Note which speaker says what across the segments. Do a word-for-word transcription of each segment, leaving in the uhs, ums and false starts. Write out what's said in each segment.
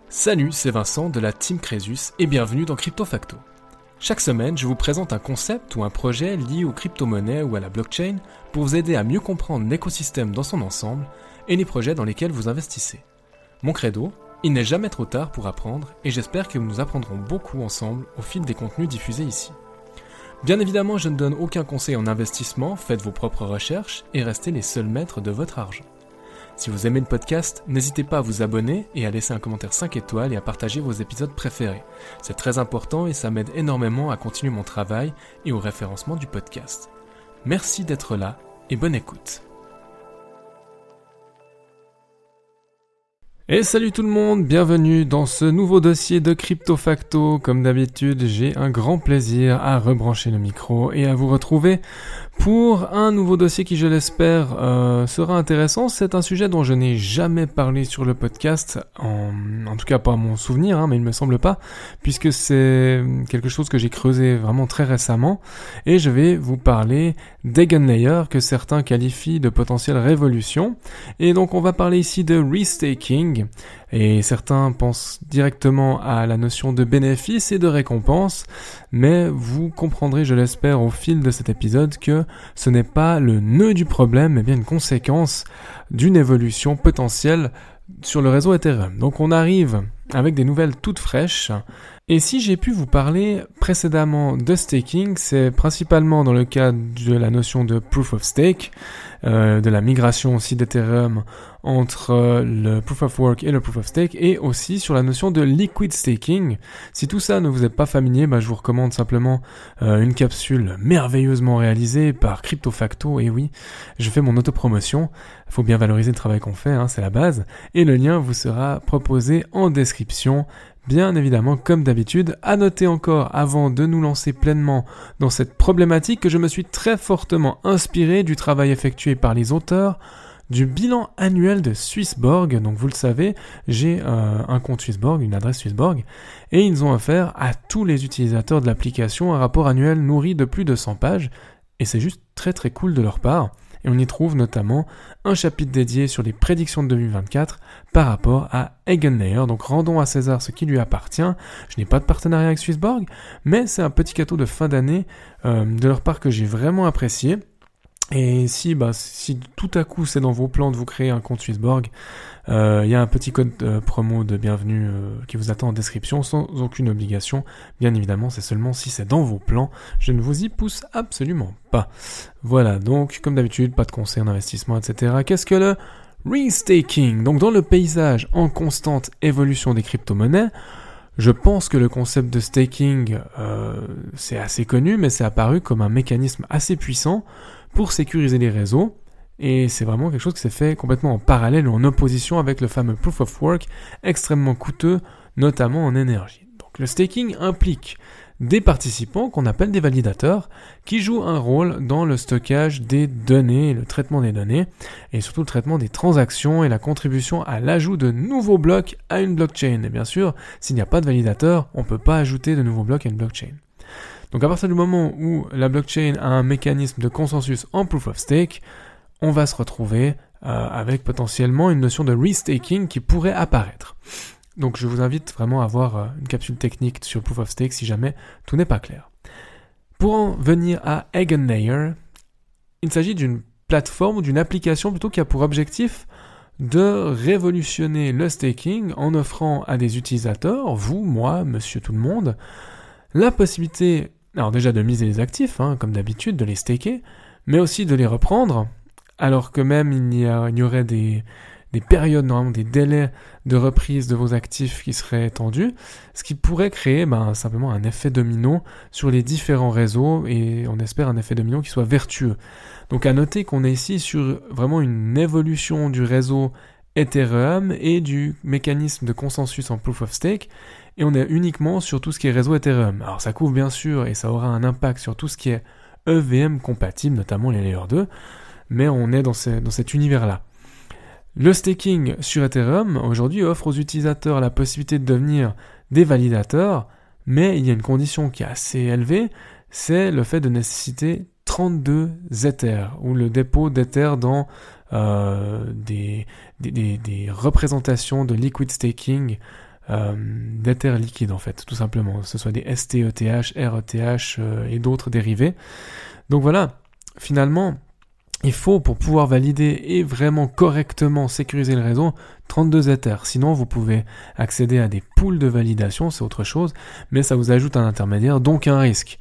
Speaker 1: Salut, c'est Vincent de la Team Crésus et bienvenue dans Crypto Facto. Chaque semaine, je vous présente un concept ou un projet lié aux crypto-monnaies ou à la blockchain pour vous aider à mieux comprendre l'écosystème dans son ensemble et les projets dans lesquels vous investissez. Mon credo, il n'est jamais trop tard pour apprendre et j'espère que nous apprendrons beaucoup ensemble au fil des contenus diffusés ici. Bien évidemment, je ne donne aucun conseil en investissement, faites vos propres recherches et restez les seuls maîtres de votre argent. Si vous aimez le podcast, n'hésitez pas à vous abonner et à laisser un commentaire cinq étoiles et à partager vos épisodes préférés. C'est très important et ça m'aide énormément à continuer mon travail et au référencement du podcast. Merci d'être là et bonne écoute. Et salut tout le monde, bienvenue dans ce nouveau dossier de Crypto Facto. Comme d'habitude, j'ai un grand plaisir à rebrancher le micro et à vous retrouver pour un nouveau dossier qui, je l'espère, euh, sera intéressant. C'est un sujet dont je n'ai jamais parlé sur le podcast, en, en tout cas pas à mon souvenir, hein, mais il me semble pas, puisque c'est quelque chose que j'ai creusé vraiment très récemment. Et je vais vous parler d'Eigenlayer, que certains qualifient de potentielle révolution. Et donc on va parler ici de restaking. Et certains pensent directement à la notion de bénéfice et de récompense, mais vous comprendrez, je l'espère, au fil de cet épisode que ce n'est pas le nœud du problème, mais bien une conséquence d'une évolution potentielle sur le réseau Ethereum. Donc on arrive avec des nouvelles toutes fraîches. Et si j'ai pu vous parler précédemment de staking, c'est principalement dans le cadre de la notion de proof of stake, euh, de la migration aussi d'Ethereum entre euh, le proof of work et le proof of stake, et aussi sur la notion de liquid staking. Si tout ça ne vous est pas familier, bah, je vous recommande simplement euh, une capsule merveilleusement réalisée par Crypto Facto. Et oui, je fais mon autopromotion. Il faut bien valoriser le travail qu'on fait, hein, c'est la base. Et le lien vous sera proposé en description. Bien évidemment, comme d'habitude, à noter encore, avant de nous lancer pleinement dans cette problématique, que je me suis très fortement inspiré du travail effectué par les auteurs du bilan annuel de Swissborg. Donc vous le savez, j'ai euh, un compte Swissborg, une adresse Swissborg, et ils ont offert à tous les utilisateurs de l'application un rapport annuel nourri de plus de cent pages, et c'est juste très très cool de leur part. Et on y trouve notamment un chapitre dédié sur les prédictions de deux mille vingt-quatre par rapport à Eigenlayer. Donc rendons à César ce qui lui appartient. Je n'ai pas de partenariat avec Swissborg, mais c'est un petit gâteau de fin d'année euh, de leur part que j'ai vraiment apprécié. Et si, bah, si tout à coup c'est dans vos plans de vous créer un compte Swissborg, il euh, y a un petit code euh, promo de bienvenue euh, qui vous attend en description sans aucune obligation. Bien évidemment, c'est seulement si c'est dans vos plans. Je ne vous y pousse absolument pas. Voilà, donc comme d'habitude, pas de conseils en investissement, et cetera. Qu'est-ce que le restaking ? Donc dans le paysage en constante évolution des crypto-monnaies, je pense que le concept de staking, euh, c'est assez connu, mais c'est apparu comme un mécanisme assez puissant pour sécuriser les réseaux. Et c'est vraiment quelque chose qui s'est fait complètement en parallèle ou en opposition avec le fameux proof of work, extrêmement coûteux, notamment en énergie. Donc le staking implique des participants qu'on appelle des validateurs, qui jouent un rôle dans le stockage des données, le traitement des données, et surtout le traitement des transactions et la contribution à l'ajout de nouveaux blocs à une blockchain. Et bien sûr, s'il n'y a pas de validateur, on ne peut pas ajouter de nouveaux blocs à une blockchain. Donc à partir du moment où la blockchain a un mécanisme de consensus en proof of stake, on va se retrouver euh, avec potentiellement une notion de restaking qui pourrait apparaître. Donc je vous invite vraiment à voir euh, une capsule technique sur Proof of Stake si jamais tout n'est pas clair. Pour en venir à Eigenlayer, il s'agit d'une plateforme ou d'une application plutôt qui a pour objectif de révolutionner le staking en offrant à des utilisateurs, vous, moi, monsieur tout le monde, la possibilité, alors déjà de miser les actifs, hein, comme d'habitude, de les staker, mais aussi de les reprendre, alors que même il y, a, il y aurait des, des périodes, normalement des délais de reprise de vos actifs qui seraient étendus, ce qui pourrait créer ben, simplement un effet domino sur les différents réseaux, et on espère un effet domino qui soit vertueux. Donc à noter qu'on est ici sur vraiment une évolution du réseau Ethereum et du mécanisme de consensus en Proof of Stake, et on est uniquement sur tout ce qui est réseau Ethereum. Alors ça couvre bien sûr, et ça aura un impact sur tout ce qui est E V M compatible, notamment les Layer deux, mais on est dans, ces, dans cet univers-là. Le staking sur Ethereum, aujourd'hui, offre aux utilisateurs la possibilité de devenir des validateurs, mais il y a une condition qui est assez élevée, c'est le fait de nécessiter trente-deux Ethers, ou le dépôt d'Ethers dans euh, des, des, des, des représentations de liquid staking euh, d'Ether liquide en fait, tout simplement, que ce soit des S T E T H, R E T H euh, et d'autres dérivés. Donc voilà, finalement, il faut, pour pouvoir valider et vraiment correctement sécuriser le réseau, trente-deux Ethers. Sinon, vous pouvez accéder à des pools de validation, c'est autre chose, mais ça vous ajoute un intermédiaire, donc un risque.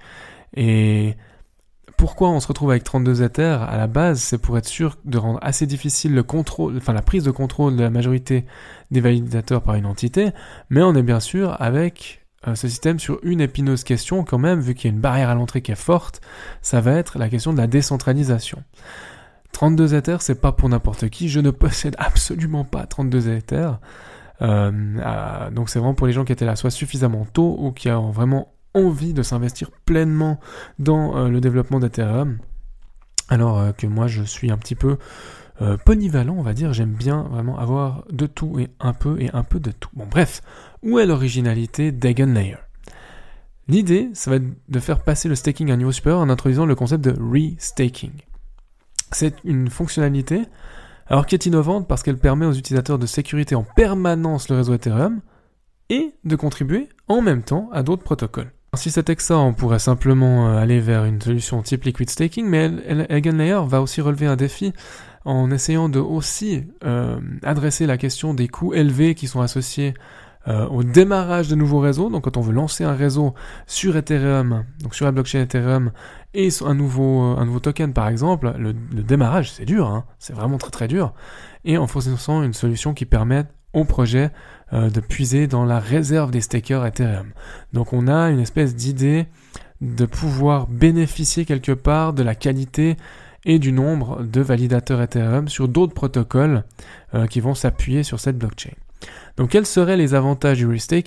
Speaker 1: Et pourquoi on se retrouve avec trente-deux Ethers à la base, c'est pour être sûr de rendre assez difficile le contrôle, enfin la prise de contrôle de la majorité des validateurs par une entité, mais on est bien sûr avec euh, ce système sur une épineuse question quand même, vu qu'il y a une barrière à l'entrée qui est forte, ça va être la question de la décentralisation. trente-deux Ethers, c'est pas pour n'importe qui, je ne possède absolument pas trente-deux Ethers, euh, euh, donc c'est vraiment pour les gens qui étaient là soit suffisamment tôt ou qui ont vraiment envie de s'investir pleinement dans euh, le développement d'Ethereum, alors euh, que moi je suis un petit peu euh, polyvalent, on va dire, j'aime bien vraiment avoir de tout et un peu et un peu de tout. Bon bref, où est l'originalité d'Eigenlayer ? L'idée, ça va être de faire passer le staking à un niveau supérieur en introduisant le concept de re-staking. C'est une fonctionnalité alors qui est innovante parce qu'elle permet aux utilisateurs de sécuriser en permanence le réseau Ethereum et de contribuer en même temps à d'autres protocoles. Si c'était que ça, on pourrait simplement aller vers une solution type liquid staking, mais Eigenlayer va aussi relever un défi en essayant de aussi euh, adresser la question des coûts élevés qui sont associés euh, au démarrage de nouveaux réseaux. Donc quand on veut lancer un réseau sur Ethereum, donc sur la blockchain Ethereum, et un nouveau, un nouveau token par exemple, le, le démarrage c'est dur, hein, c'est vraiment très très dur, et en fournissant une solution qui permet au projet euh, de puiser dans la réserve des stakers Ethereum. Donc on a une espèce d'idée de pouvoir bénéficier quelque part de la qualité et du nombre de validateurs Ethereum sur d'autres protocoles euh, qui vont s'appuyer sur cette blockchain. Donc quels seraient les avantages du restaking ?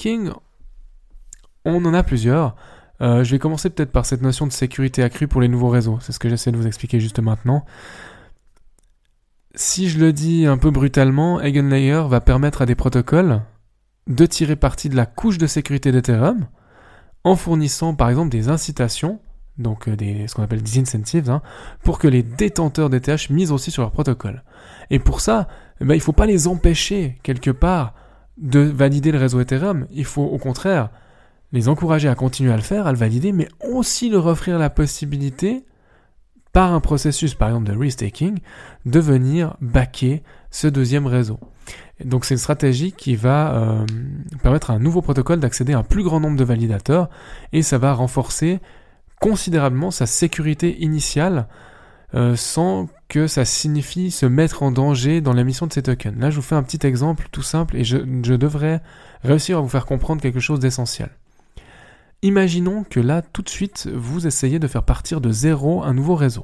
Speaker 1: On en a plusieurs. Euh, je vais commencer peut-être par cette notion de sécurité accrue pour les nouveaux réseaux. C'est ce que j'essaie de vous expliquer juste maintenant. Si je le dis un peu brutalement, Eigenlayer va permettre à des protocoles de tirer parti de la couche de sécurité d'Ethereum en fournissant par exemple des incitations, donc des, ce qu'on appelle des incentives, hein, pour que les détenteurs d'E T H misent aussi sur leur protocole. Et pour ça, eh ben, il ne faut pas les empêcher quelque part de valider le réseau Ethereum. Il faut au contraire les encourager à continuer à le faire, à le valider, mais aussi leur offrir la possibilité par un processus, par exemple de restaking, de venir backer ce deuxième réseau. Et donc c'est une stratégie qui va euh, permettre à un nouveau protocole d'accéder à un plus grand nombre de validateurs, et ça va renforcer considérablement sa sécurité initiale, euh, sans que ça signifie se mettre en danger dans l'émission de ces tokens. Là je vous fais un petit exemple tout simple, et je, je devrais réussir à vous faire comprendre quelque chose d'essentiel. Imaginons que là, tout de suite, vous essayez de faire partir de zéro un nouveau réseau.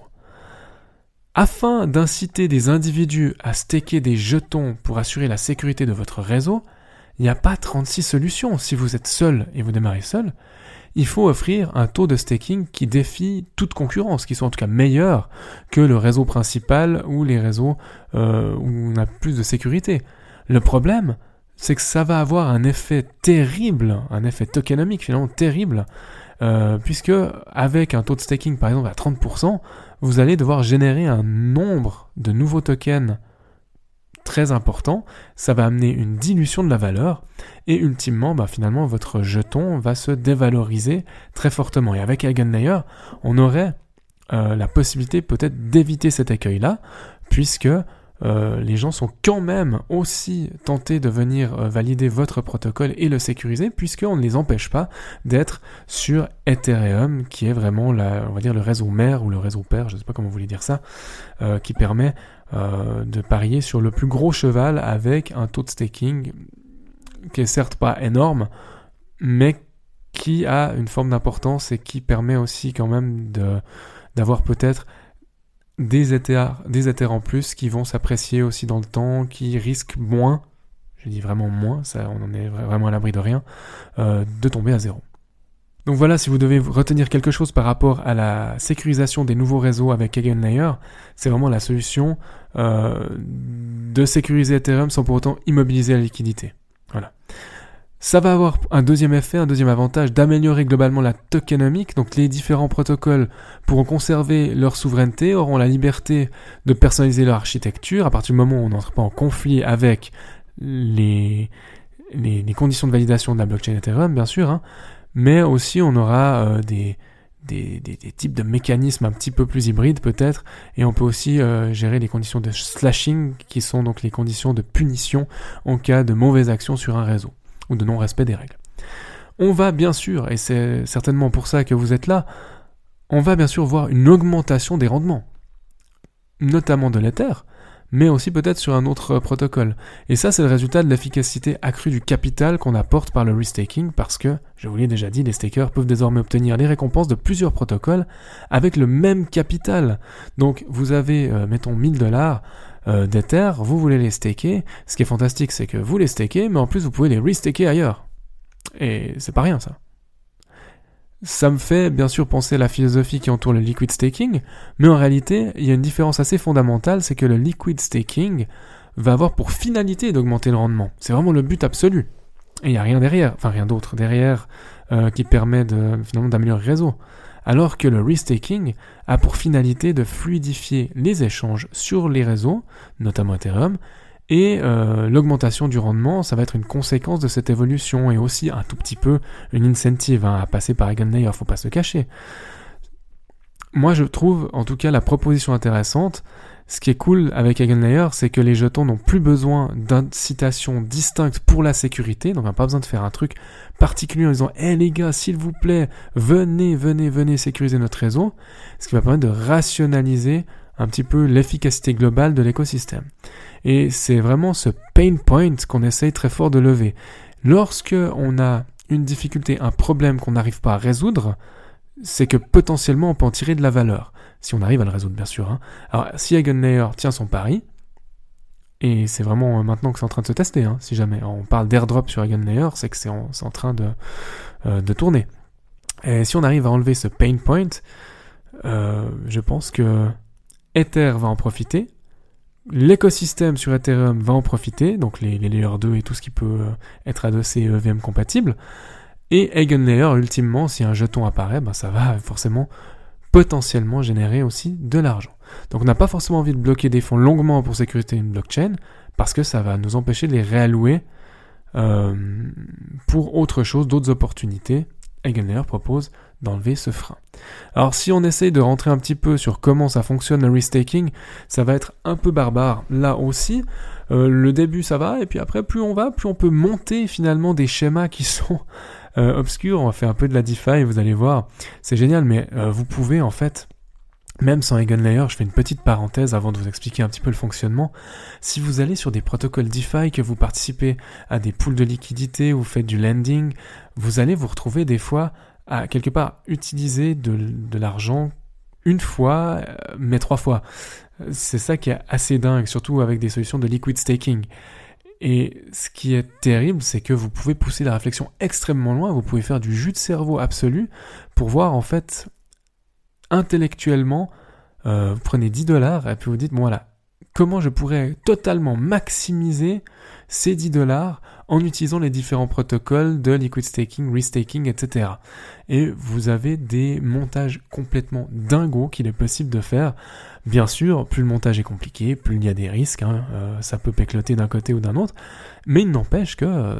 Speaker 1: Afin d'inciter des individus à staker des jetons pour assurer la sécurité de votre réseau, il n'y a pas trente-six solutions. Si vous êtes seul et vous démarrez seul, il faut offrir un taux de staking qui défie toute concurrence, qui soit en tout cas meilleur que le réseau principal ou les réseaux euh, où on a plus de sécurité. Le problème, c'est que ça va avoir un effet terrible, un effet tokenomique finalement terrible, euh, puisque avec un taux de staking par exemple à trente pour cent, vous allez devoir générer un nombre de nouveaux tokens très important, ça va amener une dilution de la valeur, et ultimement, bah, finalement, votre jeton va se dévaloriser très fortement. Et avec Eigenlayer, on aurait euh, la possibilité peut-être d'éviter cet écueil-là, puisque Euh, les gens sont quand même aussi tentés de venir euh, valider votre protocole et le sécuriser, puisqu'on ne les empêche pas d'être sur Ethereum, qui est vraiment la, on va dire le réseau mère ou le réseau père, je ne sais pas comment vous voulez dire ça, euh, qui permet euh, de parier sur le plus gros cheval avec un taux de staking qui est certes pas énorme, mais qui a une forme d'importance et qui permet aussi quand même de, d'avoir peut-être des Ethers, des Ethers en plus qui vont s'apprécier aussi dans le temps, qui risquent moins, je dis vraiment moins, ça on en est vraiment à l'abri de rien, euh, de tomber à zéro. Donc voilà, si vous devez retenir quelque chose par rapport à la sécurisation des nouveaux réseaux avec Eigenlayer, c'est vraiment la solution euh, de sécuriser Ethereum sans pour autant immobiliser la liquidité. Voilà. Ça va avoir un deuxième effet, un deuxième avantage d'améliorer globalement la tokenomique. Donc les différents protocoles pourront conserver leur souveraineté, auront la liberté de personnaliser leur architecture à partir du moment où on n'entre pas en conflit avec les, les, les conditions de validation de la blockchain Ethereum, bien sûr, hein, mais aussi on aura euh, des, des, des, des types de mécanismes un petit peu plus hybrides peut-être, et on peut aussi euh, gérer les conditions de slashing, qui sont donc les conditions de punition en cas de mauvaise action sur un réseau, ou de non-respect des règles. On va bien sûr, et c'est certainement pour ça que vous êtes là, on va bien sûr voir une augmentation des rendements, notamment de l'Ether, mais aussi peut-être sur un autre protocole. Et ça, c'est le résultat de l'efficacité accrue du capital qu'on apporte par le restaking, parce que, je vous l'ai déjà dit, les stakers peuvent désormais obtenir les récompenses de plusieurs protocoles avec le même capital. Donc, vous avez, euh, mettons, mille dollars euh, d'Ether, vous voulez les staker. Ce qui est fantastique, c'est que vous les stakez, mais en plus, vous pouvez les restaker ailleurs. Et c'est pas rien, ça. Ça me fait bien sûr penser à la philosophie qui entoure le liquid staking, mais en réalité, il y a une différence assez fondamentale, c'est que le liquid staking va avoir pour finalité d'augmenter le rendement. C'est vraiment le but absolu. Et il n'y a rien derrière, enfin rien d'autre derrière, euh, qui permet de, finalement d'améliorer le réseau. Alors que le restaking a pour finalité de fluidifier les échanges sur les réseaux, notamment Ethereum, et euh, l'augmentation du rendement, ça va être une conséquence de cette évolution et aussi un tout petit peu une incentive hein, à passer par Eigenlayer, faut pas se le cacher. Moi je trouve en tout cas la proposition intéressante. Ce qui est cool avec Eigenlayer, c'est que les jetons n'ont plus besoin d'incitation distincte pour la sécurité, donc on n'a pas besoin de faire un truc particulier en disant « Eh les gars, s'il vous plaît, venez, venez, venez sécuriser notre réseau », ce qui va permettre de rationaliser un petit peu l'efficacité globale de l'écosystème. Et c'est vraiment ce pain point qu'on essaye très fort de lever. Lorsque on a une difficulté, un problème qu'on n'arrive pas à résoudre, c'est que potentiellement on peut en tirer de la valeur. Si on arrive à le résoudre, bien sûr. Hein. Alors, si Eigenlayer tient son pari, et c'est vraiment maintenant que c'est en train de se tester, hein, si jamais on parle d'airdrop sur Eigenlayer, c'est que c'est en, c'est en train de, euh, de tourner. Et si on arrive à enlever ce pain point, euh, je pense que Ether va en profiter, l'écosystème sur Ethereum va en profiter, donc les, les Layer deux et tout ce qui peut être adossé E V M compatible, et Eigenlayer, ultimement, si un jeton apparaît, ben ça va forcément potentiellement générer aussi de l'argent. Donc on n'a pas forcément envie de bloquer des fonds longuement pour sécuriser une blockchain, parce que ça va nous empêcher de les réallouer euh, pour autre chose, d'autres opportunités. Eigenlayer propose d'enlever ce frein. Alors si on essaye de rentrer un petit peu sur comment ça fonctionne le restaking, ça va être un peu barbare là aussi. Euh, le début ça va, et puis après plus on va, plus on peut monter finalement des schémas qui sont euh, obscurs. On va faire un peu de la DeFi, vous allez voir, c'est génial, mais euh, vous pouvez en fait, même sans Eigenlayer, je fais une petite parenthèse avant de vous expliquer un petit peu le fonctionnement. Si vous allez sur des protocoles DeFi, que vous participez à des pools de liquidité, vous faites du lending, vous allez vous retrouver des fois à quelque part utiliser de, de l'argent une fois, mais trois fois. C'est ça qui est assez dingue, surtout avec des solutions de liquid staking. Et ce qui est terrible, c'est que vous pouvez pousser la réflexion extrêmement loin, vous pouvez faire du jus de cerveau absolu pour voir en fait intellectuellement, euh, vous prenez dix dollars et puis vous dites, bon voilà, comment je pourrais totalement maximiser ces dix dollars en utilisant les différents protocoles de liquid staking, restaking, et cetera. Et vous avez des montages complètement dingos qu'il est possible de faire. Bien sûr, plus le montage est compliqué, plus il y a des risques, hein, euh, ça peut pécloter d'un côté ou d'un autre, mais il n'empêche que euh,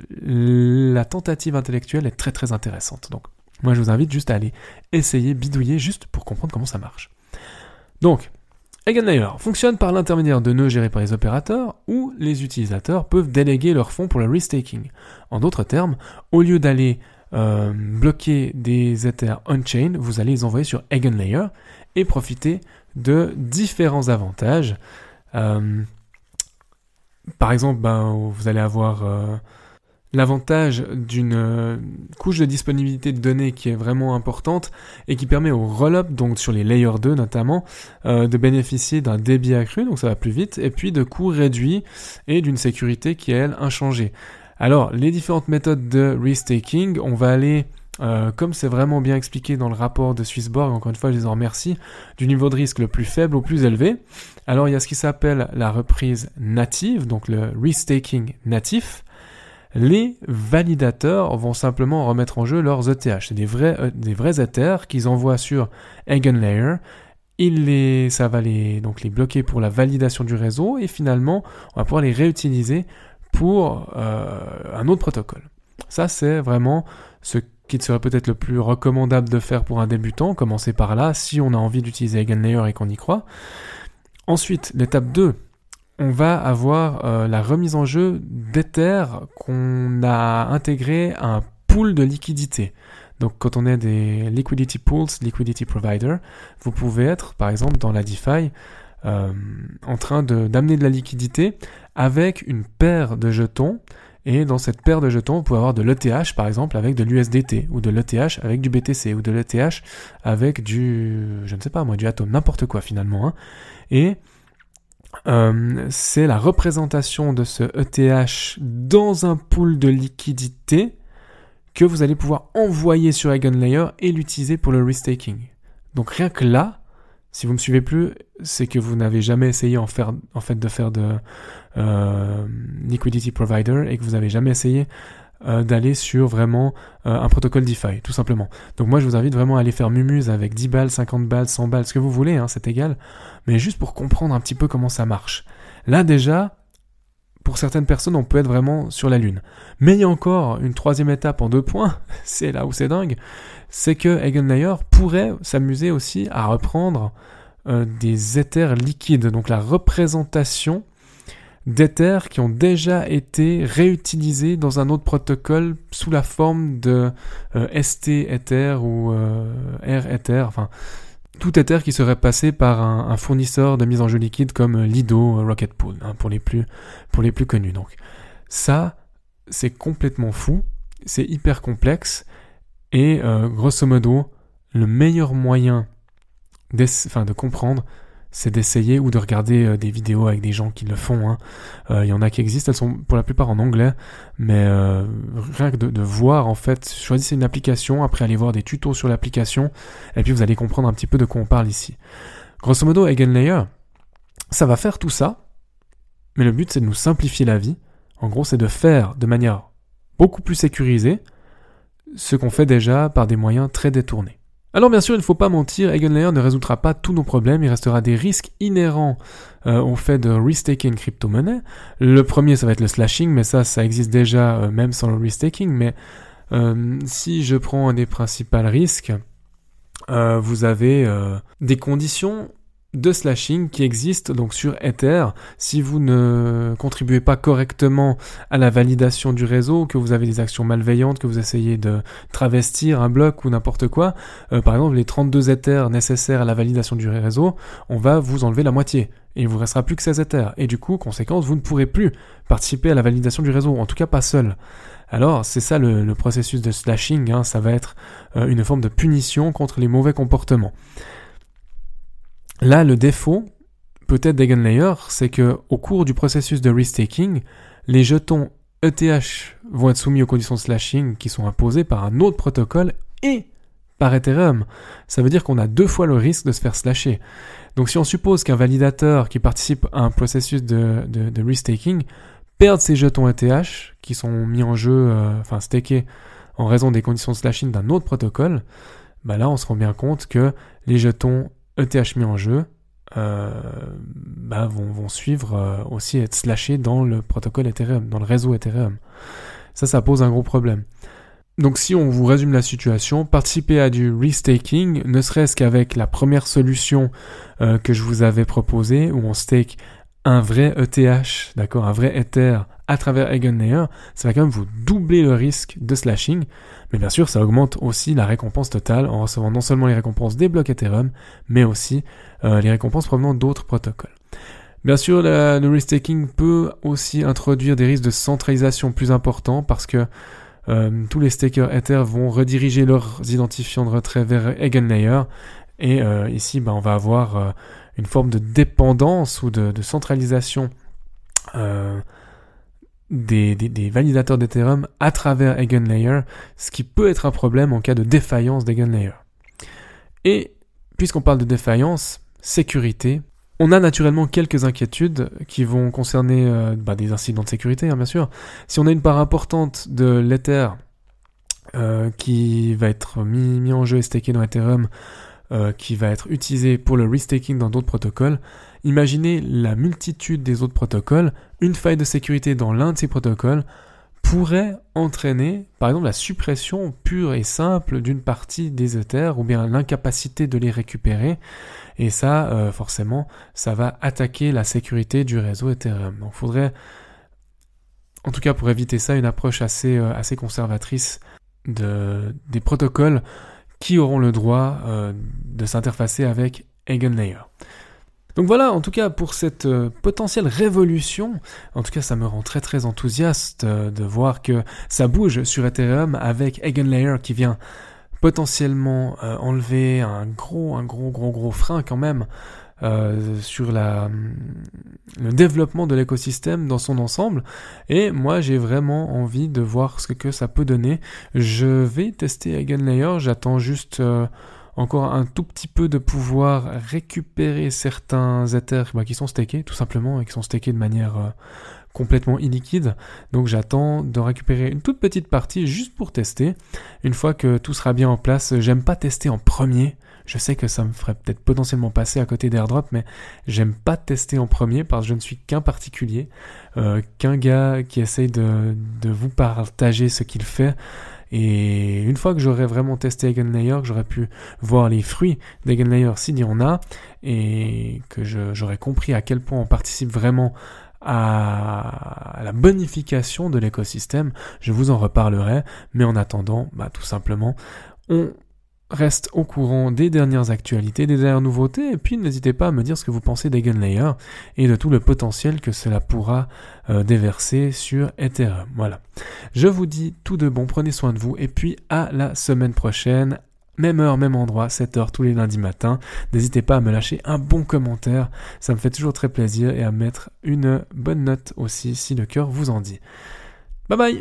Speaker 1: la tentative intellectuelle est très très intéressante. Donc, moi je vous invite juste à aller essayer, bidouiller, juste pour comprendre comment ça marche. Donc, Eigenlayer fonctionne par l'intermédiaire de nœuds gérés par les opérateurs où les utilisateurs peuvent déléguer leurs fonds pour le restaking. En d'autres termes, au lieu d'aller euh, bloquer des Ethers on-chain, vous allez les envoyer sur Eigenlayer et profiter de différents avantages. Euh, par exemple, ben, vous allez avoir euh, l'avantage d'une euh, couche de disponibilité de données qui est vraiment importante et qui permet au roll-up, donc sur les layer deux notamment, euh, de bénéficier d'un débit accru, donc ça va plus vite, et puis de coûts réduits et d'une sécurité qui est, elle, inchangée. Alors, les différentes méthodes de restaking, on va aller, euh, comme c'est vraiment bien expliqué dans le rapport de Swissborg, encore une fois, je les en remercie, du niveau de risque le plus faible au plus élevé. Alors, il y a ce qui s'appelle la reprise native, donc le restaking natif. Les validateurs vont simplement remettre en jeu leurs E T H. C'est des vrais, euh, des vrais Ethers qu'ils envoient sur Eigenlayer. Il les, ça va les, donc les bloquer pour la validation du réseau et finalement, on va pouvoir les réutiliser pour euh, un autre protocole. Ça, c'est vraiment ce qui serait peut-être le plus recommandable de faire pour un débutant. Commencer par là, si on a envie d'utiliser EigenLayer et qu'on y croit. Ensuite, l'étape deux, on va avoir euh, la remise en jeu d'Ether qu'on a intégré à un pool de liquidité. Donc, quand on est des liquidity pools, liquidity provider, vous pouvez être, par exemple, dans la DeFi, euh, en train de, d'amener de la liquidité avec une paire de jetons. Et dans cette paire de jetons, vous pouvez avoir de l'E T H, par exemple, avec de l'U S D T, ou de l'E T H avec du B T C, ou de l'E T H avec du, je ne sais pas moi, du Atom, n'importe quoi finalement. Hein. Et euh, c'est la représentation de ce E T H dans un pool de liquidité que vous allez pouvoir envoyer sur EigenLayer et l'utiliser pour le restaking. Donc rien que là, si vous me suivez plus, c'est que vous n'avez jamais essayé en, faire, en fait de faire de euh, liquidity provider et que vous n'avez jamais essayé euh, d'aller sur vraiment euh, un protocole DeFi, tout simplement. Donc moi, je vous invite vraiment à aller faire Mumuse avec dix balles, cinquante balles, cent balles, ce que vous voulez, hein, c'est égal, mais juste pour comprendre un petit peu comment ça marche. Là déjà, pour certaines personnes, on peut être vraiment sur la lune. Mais il y a encore une troisième étape en deux points, c'est là où c'est dingue, c'est que EigenLayer pourrait s'amuser aussi à reprendre euh, des Ethers liquides, donc la représentation d'Ethers qui ont déjà été réutilisés dans un autre protocole sous la forme de euh, S T Ether ou euh, R Ether, enfin tout Ether qui serait passé par un, un fournisseur de mise en jeu liquide comme Lido, Rocket Pool, hein, pour les plus pour les plus connus. Donc ça, c'est complètement fou, c'est hyper complexe et euh, grosso modo, le meilleur moyen enfin, de comprendre, c'est d'essayer ou de regarder euh, des vidéos avec des gens qui le font. Hein. Euh, il y en a qui existent, elles sont pour la plupart en anglais, mais euh, rien que de, de voir en fait, choisissez une application, après allez voir des tutos sur l'application, et puis vous allez comprendre un petit peu de quoi on parle ici. Grosso modo, EigenLayer, ça va faire tout ça, mais le but c'est de nous simplifier la vie. En gros, c'est de faire de manière beaucoup plus sécurisée ce qu'on fait déjà par des moyens très détournés. Alors bien sûr, il ne faut pas mentir, EigenLayer ne résoudra pas tous nos problèmes, il restera des risques inhérents euh, au fait de restaker une crypto-monnaie. Le premier, ça va être le slashing, mais ça, ça existe déjà euh, même sans le restaking, mais euh, si je prends un des principaux risques, euh, vous avez euh, des conditions de slashing qui existent donc sur Ether. Si vous ne contribuez pas correctement à la validation du réseau, que vous avez des actions malveillantes, que vous essayez de travestir un bloc ou n'importe quoi, euh, par exemple les trente-deux Ethers nécessaires à la validation du réseau, on va vous enlever la moitié et il vous restera plus que seize Ethers. Et du coup, conséquence, vous ne pourrez plus participer à la validation du réseau, en tout cas pas seul. Alors, c'est ça le, le processus de slashing, hein, ça va être euh, une forme de punition contre les mauvais comportements. Là, le défaut, peut-être d'EigenLayer, c'est que au cours du processus de restaking, les jetons E T H vont être soumis aux conditions de slashing qui sont imposées par un autre protocole et par Ethereum. Ça veut dire qu'on a deux fois le risque de se faire slasher. Donc si on suppose qu'un validateur qui participe à un processus de, de, de restaking perd ses jetons E T H qui sont mis en jeu, euh, enfin stakés en raison des conditions de slashing d'un autre protocole, bah là on se rend bien compte que les jetons E T H mis en jeu euh, bah vont, vont suivre euh, aussi être slashés dans le protocole Ethereum, dans le réseau Ethereum. Ça, ça pose un gros problème. Donc si on vous résume la situation, participez à du restaking, ne serait-ce qu'avec la première solution euh, que je vous avais proposée, où on stake un vrai E T H, d'accord, un vrai Ether à travers EigenLayer, ça va quand même vous doubler le risque de slashing, mais bien sûr ça augmente aussi la récompense totale en recevant non seulement les récompenses des blocs Ethereum, mais aussi euh, les récompenses provenant d'autres protocoles. Bien sûr, la, le restaking peut aussi introduire des risques de centralisation plus importants parce que euh, tous les stakers Ether vont rediriger leurs identifiants de retrait vers EigenLayer et euh, ici ben, on va avoir euh, une forme de dépendance ou de, de centralisation euh, Des, des, des validateurs d'Ethereum à travers EigenLayer, ce qui peut être un problème en cas de défaillance d'EigenLayer. Et puisqu'on parle de défaillance, sécurité, on a naturellement quelques inquiétudes qui vont concerner euh, bah, des incidents de sécurité, hein, bien sûr. Si on a une part importante de l'Ether euh, qui va être mis, mis en jeu et staké dans Ethereum, euh, qui va être utilisé pour le restaking dans d'autres protocoles, imaginez la multitude des autres protocoles, une faille de sécurité dans l'un de ces protocoles pourrait entraîner, par exemple, la suppression pure et simple d'une partie des Ethers ou bien l'incapacité de les récupérer. Et ça, euh, forcément, ça va attaquer la sécurité du réseau Ethereum. Donc, il faudrait, en tout cas pour éviter ça, une approche assez, euh, assez conservatrice de, des protocoles qui auront le droit euh, de s'interfacer avec EigenLayer. Donc voilà, en tout cas pour cette euh, potentielle révolution, en tout cas ça me rend très très enthousiaste euh, de voir que ça bouge sur Ethereum avec EigenLayer qui vient potentiellement euh, enlever un gros un gros gros gros frein quand même euh, sur la le développement de l'écosystème dans son ensemble. Et moi j'ai vraiment envie de voir ce que ça peut donner. Je vais tester EigenLayer, j'attends juste euh, encore un tout petit peu de pouvoir récupérer certains Ethers bah, qui sont stakés, tout simplement, et qui sont stakés de manière euh, complètement illiquide. Donc j'attends de récupérer une toute petite partie juste pour tester. Une fois que tout sera bien en place, j'aime pas tester en premier. Je sais que ça me ferait peut-être potentiellement passer à côté d'airdrop, mais j'aime pas tester en premier parce que je ne suis qu'un particulier, euh, qu'un gars qui essaye de, de vous partager ce qu'il fait. Et une fois que j'aurais vraiment testé EigenLayer, que j'aurais pu voir les fruits d'EigenLayer s'il y en a, et que je, j'aurais compris à quel point on participe vraiment à la bonification de l'écosystème, je vous en reparlerai. Mais en attendant, bah, tout simplement, on reste au courant des dernières actualités, des dernières nouveautés, et puis n'hésitez pas à me dire ce que vous pensez d'EigenLayer et de tout le potentiel que cela pourra euh, déverser sur Ethereum. Voilà. Je vous dis tout de bon, prenez soin de vous, et puis à la semaine prochaine, même heure, même endroit, sept heures tous les lundis matins. N'hésitez pas à me lâcher un bon commentaire, ça me fait toujours très plaisir, et à mettre une bonne note aussi si le cœur vous en dit. Bye bye!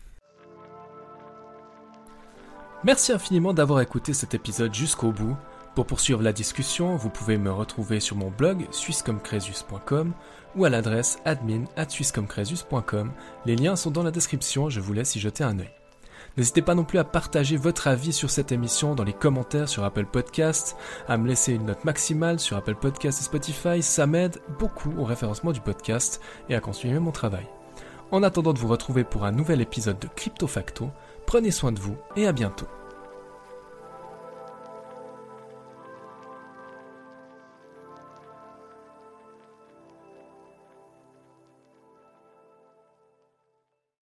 Speaker 1: Merci infiniment d'avoir écouté cet épisode jusqu'au bout. Pour poursuivre la discussion, vous pouvez me retrouver sur mon blog swisscomcresus point com ou à l'adresse admin arobase swisscomcresus point com. Les liens sont dans la description, je vous laisse y jeter un œil. N'hésitez pas non plus à partager votre avis sur cette émission dans les commentaires sur Apple Podcasts, à me laisser une note maximale sur Apple Podcasts et Spotify, ça m'aide beaucoup au référencement du podcast et à continuer mon travail. En attendant de vous retrouver pour un nouvel épisode de Crypto Facto, prenez soin de vous et à bientôt.